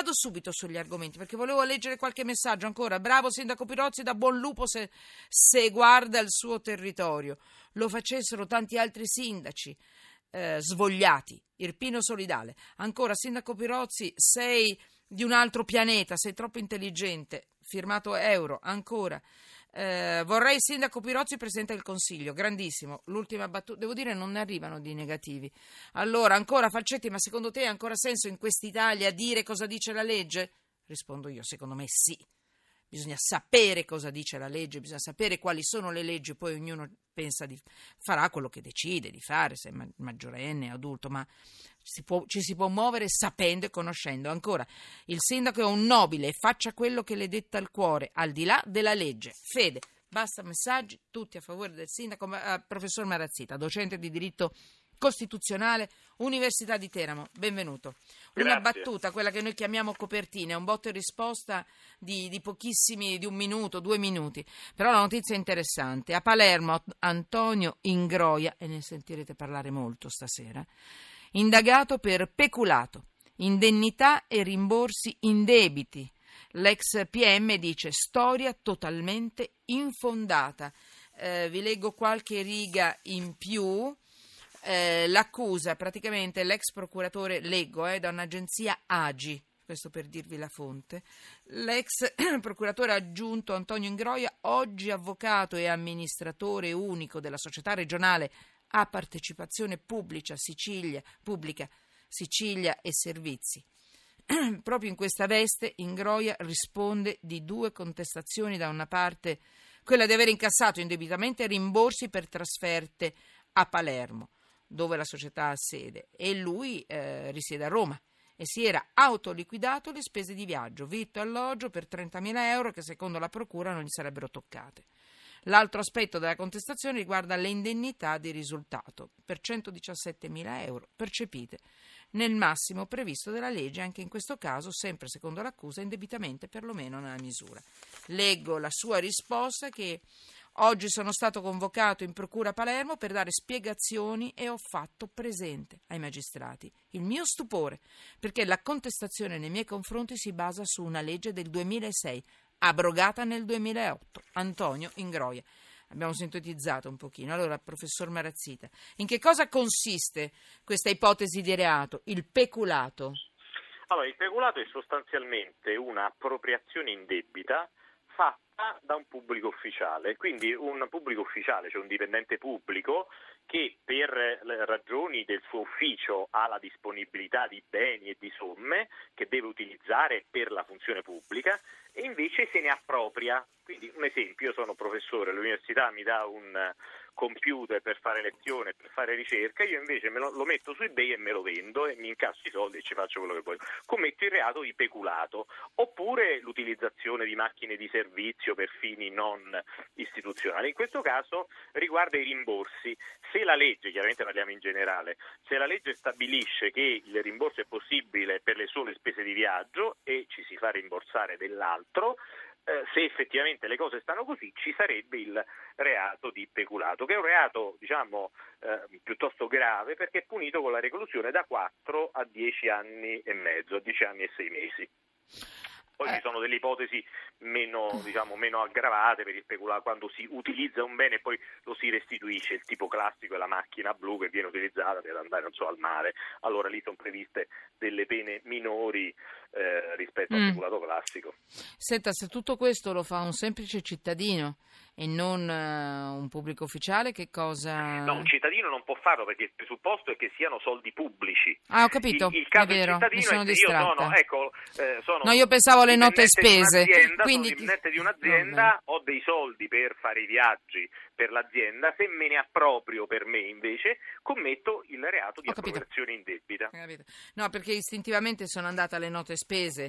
vado subito sugli argomenti perché volevo leggere qualche messaggio ancora. Bravo sindaco Pirozzi, da buon lupo se guarda il suo territorio. Lo facessero tanti altri sindaci svogliati. Irpino Solidale. Ancora, sindaco Pirozzi, sei di un altro pianeta, sei troppo intelligente. Firmato Euro. Ancora. Vorrei il sindaco Pirozzi presidente del Consiglio, grandissimo. L'ultima battuta, devo dire, non ne arrivano di negativi. Allora, ancora Falcetti, ma secondo te ha ancora senso in quest'Italia dire cosa dice la legge? Rispondo io, secondo me sì. Bisogna sapere cosa dice la legge, bisogna sapere quali sono le leggi, poi ognuno pensa farà quello che decide di fare, se è maggiorenne, adulto, ma ci si può muovere sapendo e conoscendo. Ancora, il sindaco è un nobile e faccia quello che le detta il cuore, al di là della legge. Fede, basta messaggi, tutti a favore del sindaco. Professor Marazzita, docente di diritto costituzionale, Università di Teramo, benvenuto. Una battuta, quella che noi chiamiamo copertina, un botto e risposta di pochissimi, di un minuto, 2 minuti, però la notizia è interessante. A Palermo Antonio Ingroia, e ne sentirete parlare molto stasera, indagato per peculato, indennità e rimborsi indebiti. L'ex PM dice storia totalmente infondata. Vi leggo qualche riga in più. L'accusa, praticamente l'ex procuratore, leggo da un'agenzia AGI, questo per dirvi la fonte, l'ex procuratore aggiunto Antonio Ingroia, oggi avvocato e amministratore unico della società regionale a partecipazione pubblica Sicilia e Servizi. Proprio in questa veste Ingroia risponde di 2 contestazioni: da una parte quella di aver incassato indebitamente rimborsi per trasferte a Palermo, dove la società ha sede, e lui risiede a Roma, e si era autoliquidato le spese di viaggio, vitto e alloggio per 30.000 euro che secondo la procura non gli sarebbero toccate. L'altro aspetto della contestazione riguarda le indennità di risultato per 117.000 euro percepite nel massimo previsto dalla legge, anche in questo caso, sempre secondo l'accusa, indebitamente perlomeno nella misura. Leggo la sua risposta che: oggi sono stato convocato in procura a Palermo per dare spiegazioni e ho fatto presente ai magistrati il mio stupore, perché la contestazione nei miei confronti si basa su una legge del 2006, abrogata nel 2008. Antonio Ingroia. Abbiamo sintetizzato un pochino. Allora, professor Marazzita, in che cosa consiste questa ipotesi di reato, il peculato? Allora, il peculato è sostanzialmente un'appropriazione indebita fatta da un pubblico ufficiale, quindi un pubblico ufficiale, cioè un dipendente pubblico che per le ragioni del suo ufficio ha la disponibilità di beni e di somme che deve utilizzare per la funzione pubblica e invece se ne appropria. Quindi un esempio: io sono professore, l'università mi dà un computer per fare lezione, per fare ricerca, io invece lo metto su eBay e me lo vendo e mi incasso i soldi e ci faccio quello che voglio. Commetto il reato di peculato. Oppure l'utilizzazione di macchine di servizio per fini non istituzionali. In questo caso riguarda i rimborsi. Se la legge, chiaramente parliamo in generale, se la legge stabilisce che il rimborso è possibile per le sole spese di viaggio e ci si fa rimborsare dell'altro, se effettivamente le cose stanno così, ci sarebbe il reato di peculato, che è un reato, piuttosto grave, perché è punito con la reclusione da 4 a 10 anni e mezzo, a 10 anni e 6 mesi. Poi ci sono delle ipotesi meno aggravate per il peculato, quando si utilizza un bene e poi lo si restituisce. Il tipo classico è la macchina blu che viene utilizzata per andare, al mare. Allora lì sono previste delle pene minori rispetto al peculato classico. Senta, se tutto questo lo fa un semplice cittadino e non un pubblico ufficiale, che cosa... No, un cittadino non può farlo perché il presupposto è che siano soldi pubblici. Ah, ho capito, il caso è vero, mi sono distratta. Sono no, io pensavo alle note spese. Quindi sono dipendente di un'azienda, ho dei soldi per fare i viaggi per l'azienda, se me ne approprio per me invece commetto il reato di appropriazione indebita. No, perché istintivamente sono andata alle note spese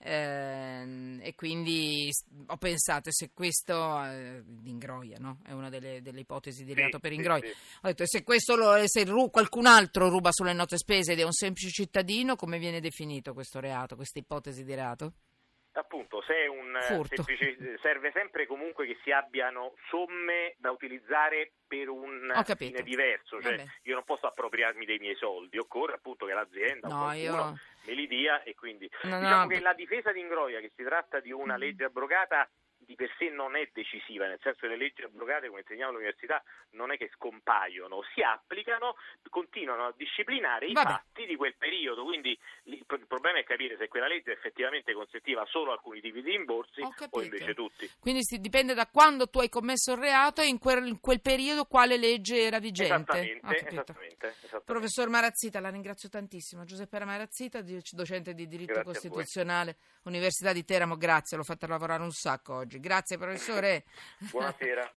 e quindi ho pensato, se questo di Ingroia, no? È una delle ipotesi di reato per Ingroia. Sì. Ho detto, se qualcun altro ruba sulle note spese ed è un semplice cittadino, come viene definito questo reato, questa ipotesi di reato? Appunto, se è un serve sempre comunque che si abbiano somme da utilizzare per un fine diverso, cioè io non posso appropriarmi dei miei soldi, occorre appunto che l'azienda o qualcuno me li dia, e quindi diciamo che la difesa di Ingroia, che si tratta di una legge abrogata, di per sé non è decisiva, nel senso che le leggi abrogate, come insegnava all'università, non è che scompaiono, si applicano, continuano a disciplinare i fatti di quel periodo, quindi il problema è capire se quella legge effettivamente consentiva solo alcuni tipi di rimborsi o invece tutti. Quindi dipende da quando tu hai commesso il reato e in quel periodo quale legge era vigente. Esattamente. Professor Marazzita, la ringrazio tantissimo. Giuseppe Marazzita, docente di diritto costituzionale, Università di Teramo, grazie, l'ho fatta lavorare un sacco oggi. Grazie professore. Buonasera.